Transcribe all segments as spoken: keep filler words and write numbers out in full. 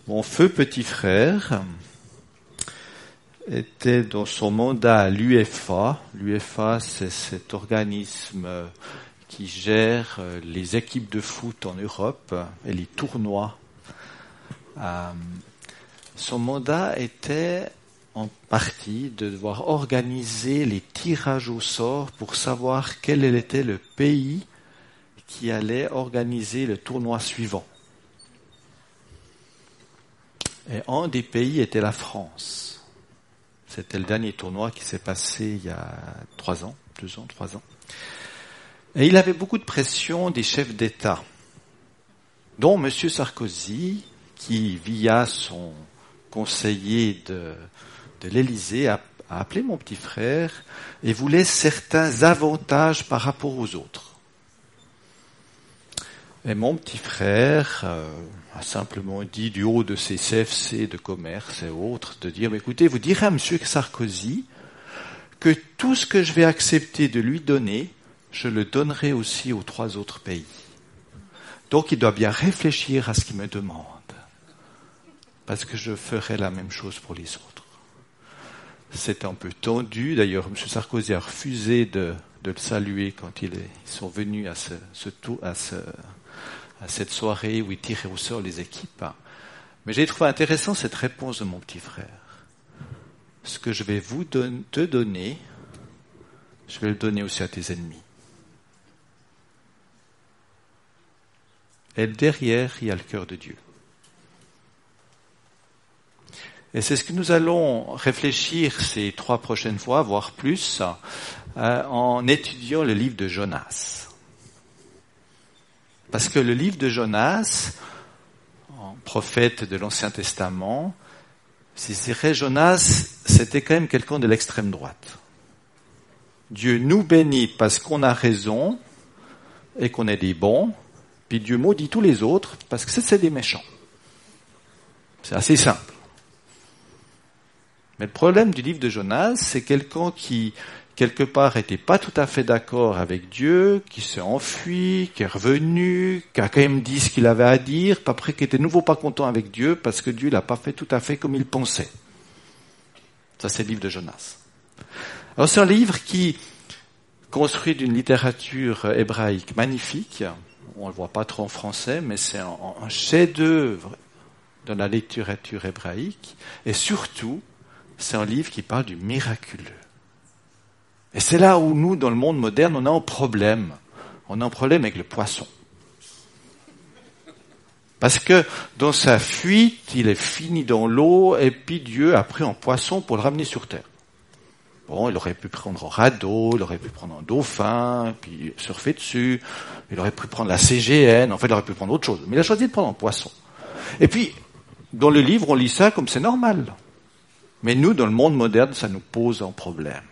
Mon feu petit frère était dans son mandat à l'U F A. L'U F A, c'est cet organisme qui gère les équipes de foot en Europe et les tournois. Euh, son mandat était en partie de devoir organiser les tirages au sort pour savoir quel était le pays qui allait organiser le tournoi suivant. Et un des pays était la France. C'était le dernier tournoi qui s'est passé il y a trois ans, deux ans, trois ans. Et il avait beaucoup de pression des chefs d'État, dont M. Sarkozy, qui, via son conseiller de, de l'Élysée, a, a appelé mon petit frère et voulait certains avantages par rapport aux autres. Et mon petit frère euh, a simplement dit du haut de ses C F C de commerce et autres, de dire, écoutez, vous direz à M. Sarkozy que tout ce que je vais accepter de lui donner, je le donnerai aussi aux trois autres pays. Donc il doit bien réfléchir à ce qu'il me demande, parce que je ferai la même chose pour les autres. C'est un peu tendu, d'ailleurs M. Sarkozy a refusé de, de le saluer quand il est, ils sont venus à ce, ce tour, à ce à cette soirée où il tirait au sort les équipes. Mais j'ai trouvé intéressant cette réponse de mon petit frère. Ce que je vais vous don- te donner, je vais le donner aussi à tes ennemis. Et derrière, il y a le cœur de Dieu. Et c'est ce que nous allons réfléchir ces trois prochaines fois, voire plus, euh, en étudiant le livre de Jonas. Parce que le livre de Jonas, prophète de l'Ancien Testament, c'est vrai, Jonas, c'était quand même quelqu'un de l'extrême droite. Dieu nous bénit parce qu'on a raison et qu'on est des bons, puis Dieu maudit tous les autres parce que c'est des méchants. C'est assez simple. Mais le problème du livre de Jonas, c'est quelqu'un qui, quelque part, n'était pas tout à fait d'accord avec Dieu, qui s'est enfui, qui est revenu, qui a quand même dit ce qu'il avait à dire, puis après qui était de nouveau pas content avec Dieu parce que Dieu l'a pas fait tout à fait comme il pensait. Ça, c'est le livre de Jonas. Alors, c'est un livre qui, construit d'une littérature hébraïque magnifique, on le voit pas trop en français, mais c'est un, un chef-d'œuvre dans la littérature hébraïque, et surtout, c'est un livre qui parle du miraculeux. Et c'est là où nous, dans le monde moderne, on a un problème. On a un problème avec le poisson. Parce que dans sa fuite, il est fini dans l'eau, et puis Dieu a pris un poisson pour le ramener sur terre. Bon, il aurait pu prendre un radeau, il aurait pu prendre un dauphin, puis surfer dessus, il aurait pu prendre la C G N, en fait, il aurait pu prendre autre chose. Mais il a choisi de prendre un poisson. Et puis, dans le livre, on lit ça comme c'est normal. Mais nous, dans le monde moderne, ça nous pose un problème.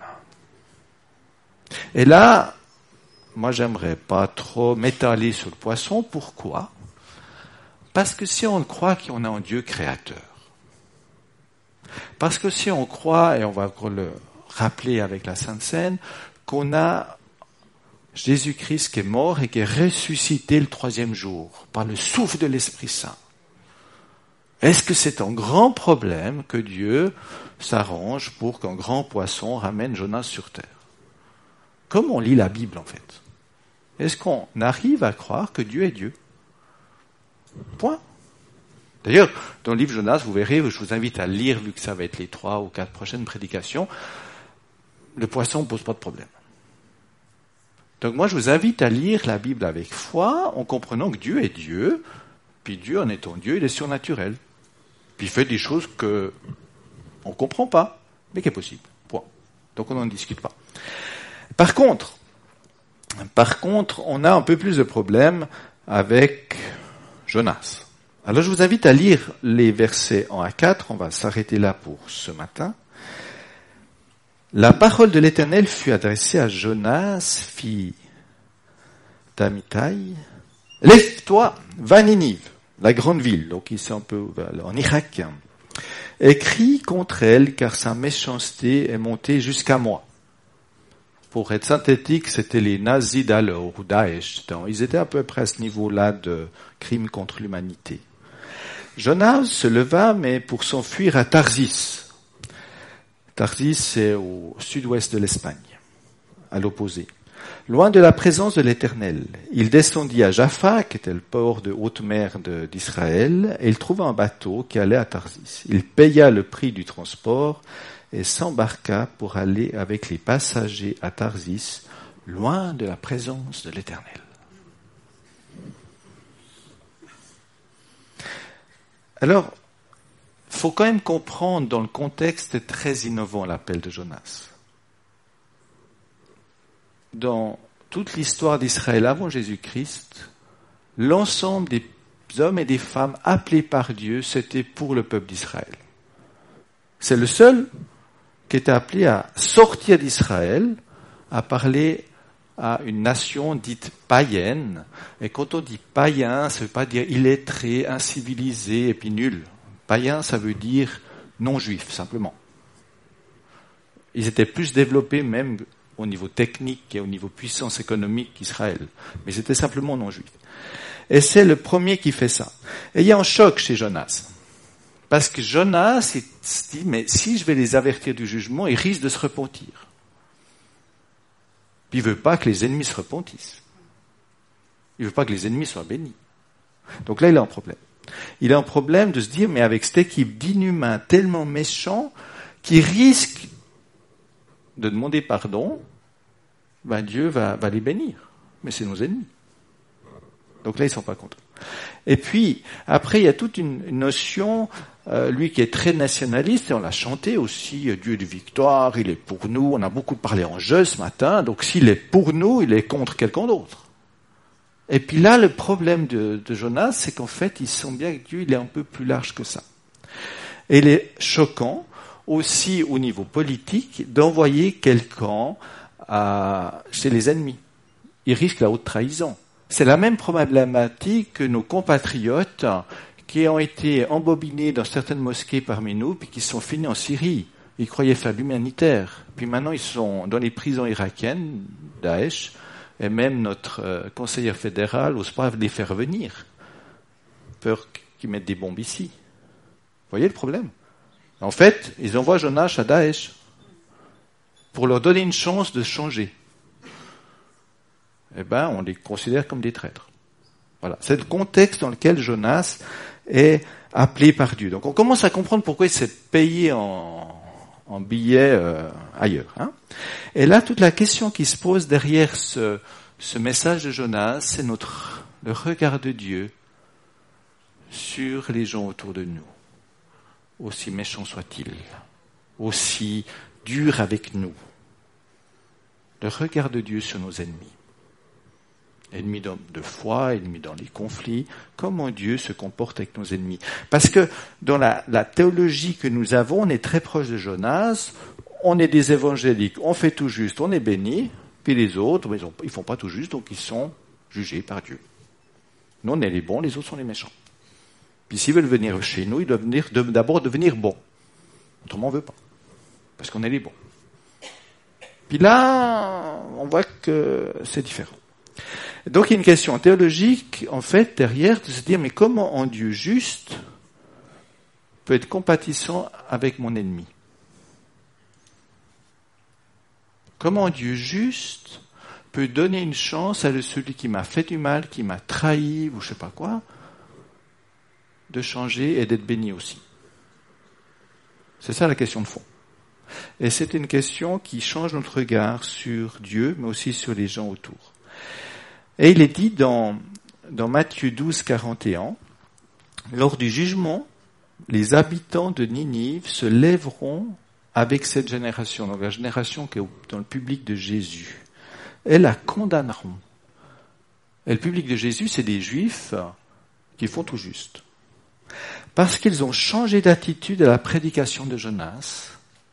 Et là, moi, j'aimerais pas trop m'étaler sur le poisson. Pourquoi ? Parce que si on croit qu'on a un Dieu créateur, parce que si on croit, et on va le rappeler avec la Sainte Seine, qu'on a Jésus-Christ qui est mort et qui est ressuscité le troisième jour par le souffle de l'Esprit Saint, est-ce que c'est un grand problème que Dieu s'arrange pour qu'un grand poisson ramène Jonas sur terre ? Comme on lit la Bible, en fait. Est-ce qu'on arrive à croire que Dieu est Dieu ? Point. D'ailleurs, dans le livre Jonas, vous verrez, je vous invite à lire, vu que ça va être les trois ou quatre prochaines prédications, le poisson ne pose pas de problème. Donc moi, je vous invite à lire la Bible avec foi, en comprenant que Dieu est Dieu, puis Dieu, en étant Dieu, il est surnaturel. Puis il fait des choses que on ne comprend pas, mais qui est possible. Point. Donc on n'en discute pas. Par contre, par contre, on a un peu plus de problèmes avec Jonas. Alors je vous invite à lire les versets un à quatre, on va s'arrêter là pour ce matin. La parole de l'Éternel fut adressée à Jonas, fils d'Amittai. Lève-toi, va à Ninive, la grande ville, donc ici un peu en Irak, et crie contre elle, car sa méchanceté est montée jusqu'à moi. Pour être synthétique, c'était les nazis d'alors, ou Daesh. Ils étaient à peu près à ce niveau-là de crime contre l'humanité. Jonas se leva, mais pour s'enfuir à Tarsis. Tarsis, c'est au sud-ouest de l'Espagne, à l'opposé. Loin de la présence de l'Éternel, il descendit à Jaffa, qui était le port de haute mer de, d'Israël, et il trouva un bateau qui allait à Tarsis. Il paya le prix du transport et s'embarqua pour aller avec les passagers à Tarsis, loin de la présence de l'Éternel. Alors, il faut quand même comprendre dans le contexte très innovant l'appel de Jonas. Dans toute l'histoire d'Israël avant Jésus-Christ, l'ensemble des hommes et des femmes appelés par Dieu, c'était pour le peuple d'Israël. C'est le seul qui était appelé à sortir d'Israël, à parler à une nation dite païenne. Et quand on dit païen, ça ne veut pas dire illettré, incivilisé et puis nul. Païen, ça veut dire non-juif, simplement. Ils étaient plus développés même au niveau technique et au niveau puissance économique qu'Israël. Mais c'était simplement non-juif. Et c'est le premier qui fait ça. Et il y a un choc chez Jonas. Parce que Jonas il se dit, mais si je vais les avertir du jugement, ils risquent de se repentir. Puis il ne veut pas que les ennemis se repentissent. Il ne veut pas que les ennemis soient bénis. Donc là, il a un problème. Il a un problème de se dire, mais avec cette équipe d'inhumains tellement méchants, qui risquent de demander pardon, ben Dieu va, va les bénir. Mais c'est nos ennemis. Donc là, ils ne sont pas contents. Et puis, après, il y a toute une, une notion, euh, lui qui est très nationaliste, et on l'a chanté aussi, euh, Dieu de victoire, il est pour nous, on a beaucoup parlé en jeu ce matin, donc s'il est pour nous, il est contre quelqu'un d'autre. Et puis là, le problème de, de Jonas, c'est qu'en fait, il sent bien que Dieu, il est un peu plus large que ça. Et il est choquant, aussi au niveau politique, d'envoyer quelqu'un à, chez les ennemis. Il risque la haute trahison. C'est la même problématique que nos compatriotes qui ont été embobinés dans certaines mosquées parmi nous, puis qui sont finis en Syrie. Ils croyaient faire l'humanitaire. Puis maintenant, ils sont dans les prisons irakiennes, Daesh, et même notre euh, conseiller fédéral n'ose pas les faire venir. Peur qu'ils mettent des bombes ici. Vous voyez le problème? En fait, ils envoient Jonas à Daesh pour leur donner une chance de changer. Eh ben, on les considère comme des traîtres. Voilà. C'est le contexte dans lequel Jonas est appelé par Dieu. Donc, on commence à comprendre pourquoi il s'est payé en, en billets euh, ailleurs. Hein. Et là, toute la question qui se pose derrière ce, ce message de Jonas, c'est notre, le regard de Dieu sur les gens autour de nous. Aussi méchants soient-ils, aussi durs avec nous. Le regard de Dieu sur nos ennemis. Ennemis de foi, ennemis dans les conflits, comment Dieu se comporte avec nos ennemis. Parce que dans la, la théologie que nous avons, on est très proche de Jonas, on est des évangéliques, on fait tout juste, on est bénis, puis les autres, ils ne font pas tout juste, donc ils sont jugés par Dieu. Nous, on est les bons, les autres sont les méchants. Puis s'ils veulent venir chez nous, ils doivent venir, d'abord devenir bons. Autrement, on ne veut pas, parce qu'on est les bons. Puis là, on voit que c'est différent. Donc il y a une question théologique, en fait, derrière, de se dire, mais comment un Dieu juste peut être compatissant avec mon ennemi? Comment un Dieu juste peut donner une chance à celui qui m'a fait du mal, qui m'a trahi, ou je sais pas quoi, de changer et d'être béni aussi? C'est ça la question de fond. Et c'est une question qui change notre regard sur Dieu, mais aussi sur les gens autour. Et il est dit dans, dans Matthieu douze, quarante et un, lors du jugement, les habitants de Ninive se lèveront avec cette génération, donc la génération qui est dans le public de Jésus, et la condamneront. Et le public de Jésus, c'est des Juifs qui font tout juste. Parce qu'ils ont changé d'attitude à la prédication de Jonas.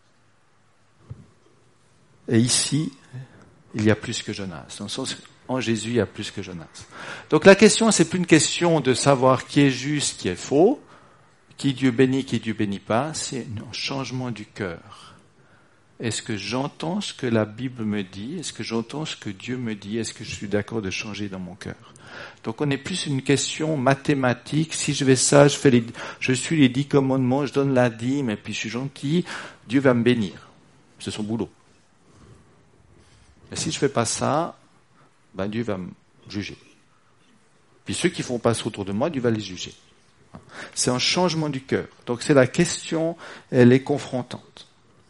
Et ici, il y a plus que Jonas. Dans le sens, en Jésus, il y a plus que Jonas. Donc la question, c'est plus une question de savoir qui est juste, qui est faux, qui Dieu bénit, qui Dieu bénit pas. C'est un changement du cœur. Est-ce que j'entends ce que la Bible me dit? Est-ce que j'entends ce que Dieu me dit? Est-ce que je suis d'accord de changer dans mon cœur? Donc on est plus une question mathématique. Si je fais ça, je fais les, je suis les dix commandements, je donne la dîme et puis je suis gentil, Dieu va me bénir. C'est son boulot. Mais si je fais pas ça, ben Dieu va me juger. Puis ceux qui font pas ça autour de moi, Dieu va les juger. C'est un changement du cœur. Donc c'est la question, elle est confrontante.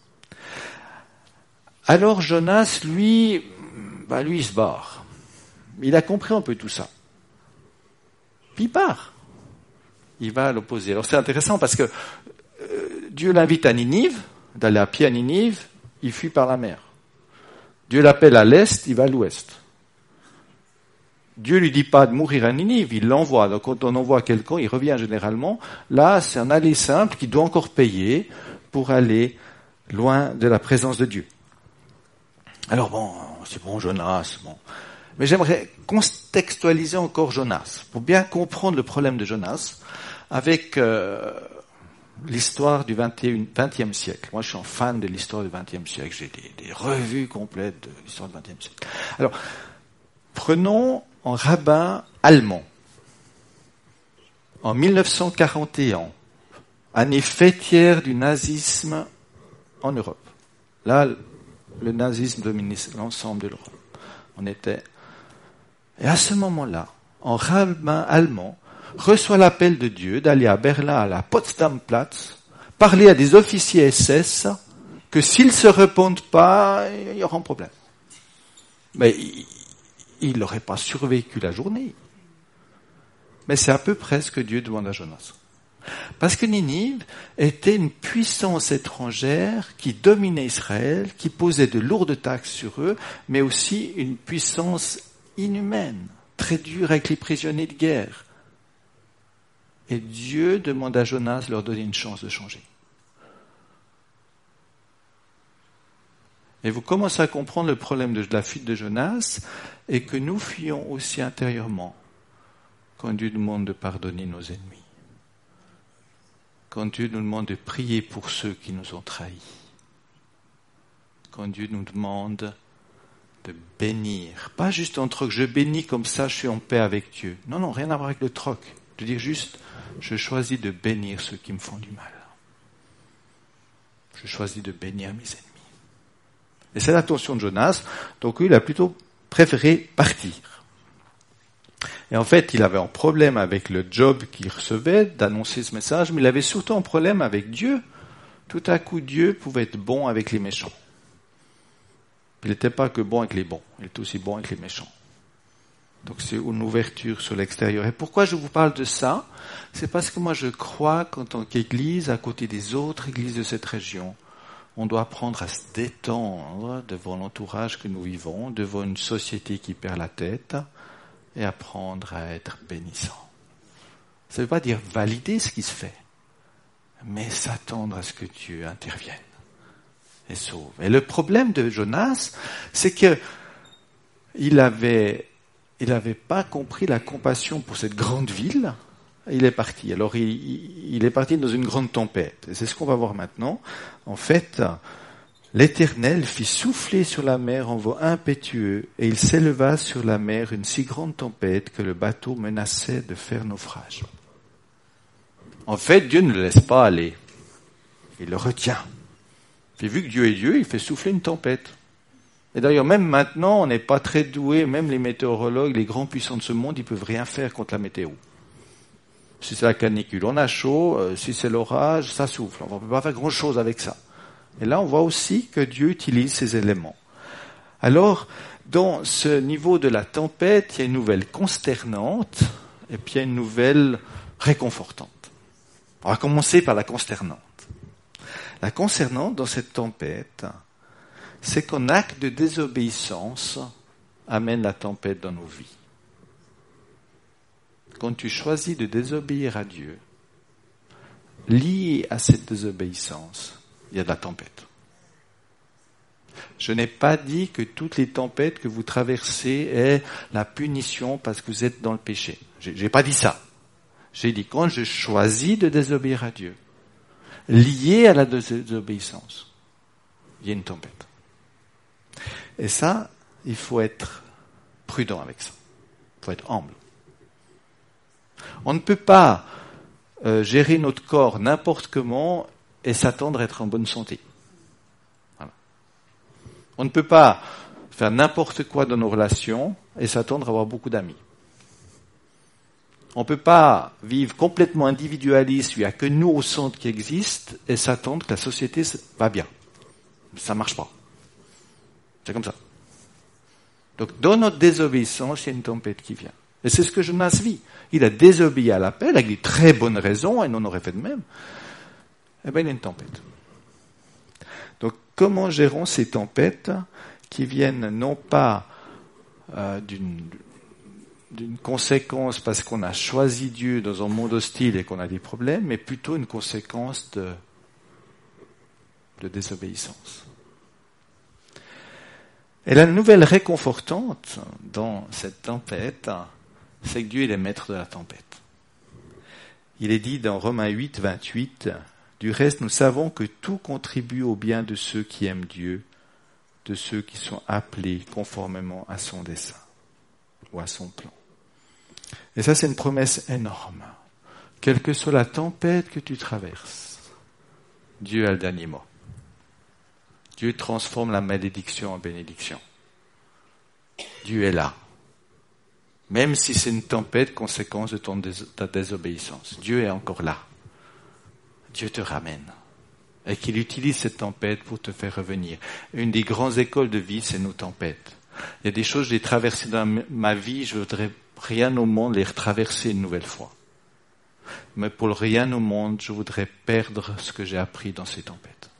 Alors Jonas, lui, ben lui il se barre. Il a compris un peu tout ça. Puis il part. Il va à l'opposé. Alors c'est intéressant parce que euh, Dieu l'invite à Ninive, d'aller à pied à Ninive, il fuit par la mer. Dieu l'appelle à l'est, il va à l'ouest. Dieu lui dit pas de mourir à Ninive, il l'envoie. Donc quand on envoie quelqu'un, il revient généralement. Là, c'est un aller simple qu'il doit encore payer pour aller loin de la présence de Dieu. Alors bon, c'est bon, Jonas, bon. Mais j'aimerais contextualiser encore Jonas, pour bien comprendre le problème de Jonas, avec euh, l'histoire du vingtième siècle. Moi, je suis un fan de l'histoire du vingtième siècle. J'ai des, des revues complètes de l'histoire du vingtième siècle. Alors, prenons un rabbin allemand, en mille neuf cent quarante et un, année fêtière du nazisme en Europe. Là, le nazisme dominait l'ensemble de l'Europe. On était... Et à ce moment-là, un rabbin allemand reçoit l'appel de Dieu d'aller à Berlin, à la Potsdamplatz, parler à des officiers S S que s'ils ne se répondent pas, il y aura un problème. Mais il n'aurait pas survécu la journée. Mais c'est à peu près ce que Dieu demande à Jonas. Parce que Ninive était une puissance étrangère qui dominait Israël, qui posait de lourdes taxes sur eux, mais aussi une puissance inhumaine, très dure avec les prisonniers de guerre. Et Dieu demande à Jonas de leur donner une chance de changer. Et vous commencez à comprendre le problème de la fuite de Jonas, et que nous fuyons aussi intérieurement quand Dieu nous demande de pardonner nos ennemis. Quand Dieu nous demande de prier pour ceux qui nous ont trahis. Quand Dieu nous demande de bénir. Pas juste un troc, je bénis comme ça, je suis en paix avec Dieu. Non, non, rien à voir avec le troc. Je veux dire juste, je choisis de bénir ceux qui me font du mal. Je choisis de bénir mes ennemis. Et c'est l'attention de Jonas, donc lui, il a plutôt préféré partir. Et en fait, il avait un problème avec le job qu'il recevait, d'annoncer ce message, mais il avait surtout un problème avec Dieu. Tout à coup, Dieu pouvait être bon avec les méchants. Il n'était pas que bon avec les bons, il était aussi bon avec les méchants. Donc c'est une ouverture sur l'extérieur. Et pourquoi je vous parle de ça? C'est parce que moi je crois qu'en tant qu'église, à côté des autres églises de cette région, on doit apprendre à se détendre devant l'entourage que nous vivons, devant une société qui perd la tête, et apprendre à être bénissant. Ça ne veut pas dire valider ce qui se fait, mais s'attendre à ce que Dieu intervienne et sauve. Et le problème de Jonas, c'est que il avait, il avait pas compris la compassion pour cette grande ville. Il est parti. Alors il, il est parti dans une grande tempête. Et c'est ce qu'on va voir maintenant. En fait, l'Éternel fit souffler sur la mer un vent impétueux, et il s'éleva sur la mer une si grande tempête que le bateau menaçait de faire naufrage. En fait, Dieu ne le laisse pas aller. Il le retient. Puis vu que Dieu est Dieu, il fait souffler une tempête. Et d'ailleurs, même maintenant, on n'est pas très doué, même les météorologues, les grands puissants de ce monde, ils peuvent rien faire contre la météo. Si c'est la canicule, on a chaud, euh, si c'est l'orage, ça souffle. On ne peut pas faire grand-chose avec ça. Et là, on voit aussi que Dieu utilise ces éléments. Alors, dans ce niveau de la tempête, il y a une nouvelle consternante, et puis il y a une nouvelle réconfortante. On va commencer par la consternante. La concernante dans cette tempête, c'est qu'un acte de désobéissance amène la tempête dans nos vies. Quand tu choisis de désobéir à Dieu, lié à cette désobéissance, il y a de la tempête. Je n'ai pas dit que toutes les tempêtes que vous traversez est la punition parce que vous êtes dans le péché. J'ai, j'ai pas dit ça. J'ai dit quand je choisis de désobéir à Dieu, lié à la désobéissance, il y a une tempête. Et ça, il faut être prudent avec ça. Il faut être humble. On ne peut pas euh, gérer notre corps n'importe comment et s'attendre à être en bonne santé. Voilà. On ne peut pas faire n'importe quoi dans nos relations et s'attendre à avoir beaucoup d'amis. On ne peut pas vivre complètement individualiste, il n'y a que nous au centre qui existent et s'attendre que la société va bien. Ça ne marche pas. C'est comme ça. Donc, dans notre désobéissance, il y a une tempête qui vient. Et c'est ce que Jonas vit. Il a désobéi à l'appel avec des très bonnes raisons, et nous on aurait fait de même. Eh bien, il y a une tempête. Donc, comment gérons ces tempêtes qui viennent non pas euh, d'une, d'une conséquence parce qu'on a choisi Dieu dans un monde hostile et qu'on a des problèmes, mais plutôt une conséquence de, de désobéissance. Et la nouvelle réconfortante dans cette tempête, c'est que Dieu est le maître de la tempête. Il est dit dans Romains huit, vingt-huit, « Du reste, nous savons que tout contribue au bien de ceux qui aiment Dieu, de ceux qui sont appelés conformément à son dessein ou à son plan. » Et ça, c'est une promesse énorme. Quelle que soit la tempête que tu traverses, Dieu a le dernier mot. Dieu transforme la malédiction en bénédiction. Dieu est là. Même si c'est une tempête, conséquence de ton dés- ta désobéissance. Dieu est encore là. Dieu te ramène. Et qu'il utilise cette tempête pour te faire revenir. Une des grandes écoles de vie, c'est nos tempêtes. Il y a des choses que j'ai traversées dans ma vie, je voudrais rien au monde les retraverser une nouvelle fois. Mais pour rien au monde, je voudrais perdre ce que j'ai appris dans ces tempêtes.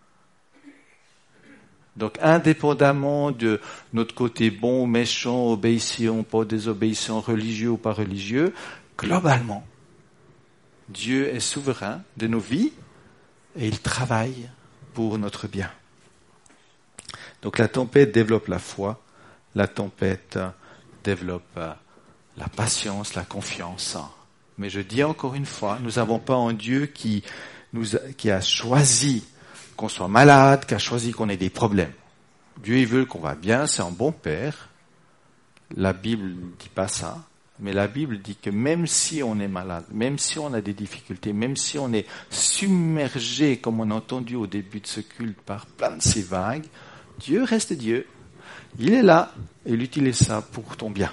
Donc, indépendamment de notre côté bon ou méchant, obéissant, pas désobéissant, religieux ou pas religieux, globalement, Dieu est souverain de nos vies et il travaille pour notre bien. Donc, la tempête développe la foi, la tempête développe la patience, la confiance. Mais je dis encore une fois, nous n'avons pas un Dieu qui, nous a, qui a choisi qu'on soit malade, qui a choisi qu'on ait des problèmes. Dieu, il veut qu'on va bien, c'est un bon père. La Bible ne dit pas ça, mais la Bible dit que même si on est malade, même si on a des difficultés, même si on est submergé, comme on a entendu au début de ce culte, par plein de ces vagues, Dieu reste Dieu. Il est là, et il utilise ça pour ton bien.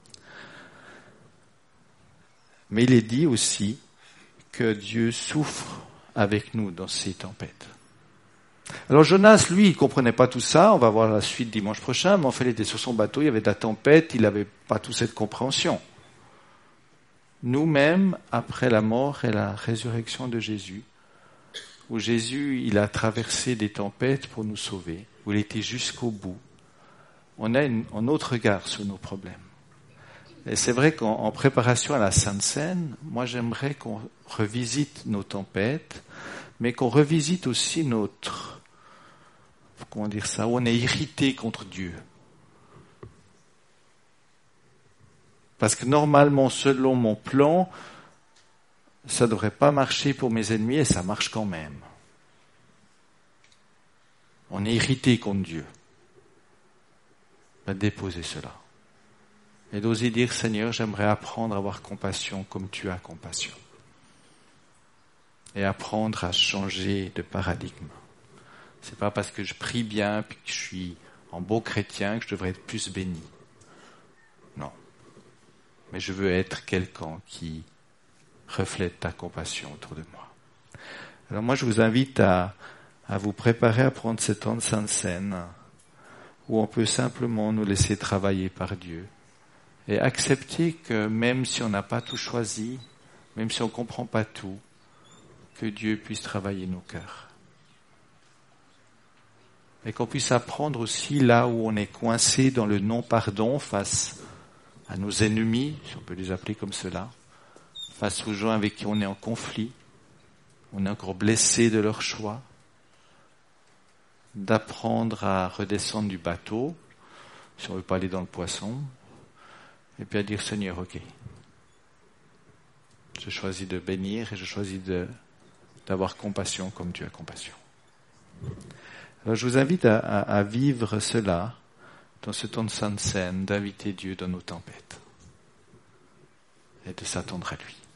Mais il est dit aussi que Dieu souffre avec nous dans ces tempêtes. Alors Jonas, lui, il comprenait pas tout ça, on va voir la suite dimanche prochain, mais en fait il était sur son bateau, il y avait de la tempête, il n'avait pas toute cette compréhension. Nous-mêmes, après la mort et la résurrection de Jésus, où Jésus, il a traversé des tempêtes pour nous sauver, où il était jusqu'au bout, on a une, un autre regard sur nos problèmes. Et c'est vrai qu'en en préparation à la Sainte Seine, moi j'aimerais qu'on revisite nos tempêtes, mais qu'on revisite aussi notre, comment dire ça, où on est irrité contre Dieu. Parce que normalement, selon mon plan, ça ne devrait pas marcher pour mes ennemis et ça marche quand même. On est irrité contre Dieu. On va déposer cela. Et d'oser dire, Seigneur, j'aimerais apprendre à avoir compassion comme tu as compassion. Et apprendre à changer de paradigme. C'est pas parce que je prie bien puis que je suis un beau chrétien que je devrais être plus béni. Non. Mais je veux être quelqu'un qui reflète ta compassion autour de moi. Alors moi, je vous invite à, à vous préparer à prendre ce temps de Sainte Seine où on peut simplement nous laisser travailler par Dieu et accepter que même si on n'a pas tout choisi, même si on ne comprend pas tout, que Dieu puisse travailler nos cœurs. Et qu'on puisse apprendre aussi là où on est coincé dans le non-pardon face à nos ennemis, si on peut les appeler comme cela, face aux gens avec qui on est en conflit, on est encore blessé de leur choix, d'apprendre à redescendre du bateau, si on ne veut pas aller dans le poisson, et puis à dire Seigneur, ok, je choisis de bénir et je choisis de, d'avoir compassion comme tu as compassion. Alors je vous invite à, à, à vivre cela dans ce temps de Sainte Seine, d'inviter Dieu dans nos tempêtes et de s'attendre à lui.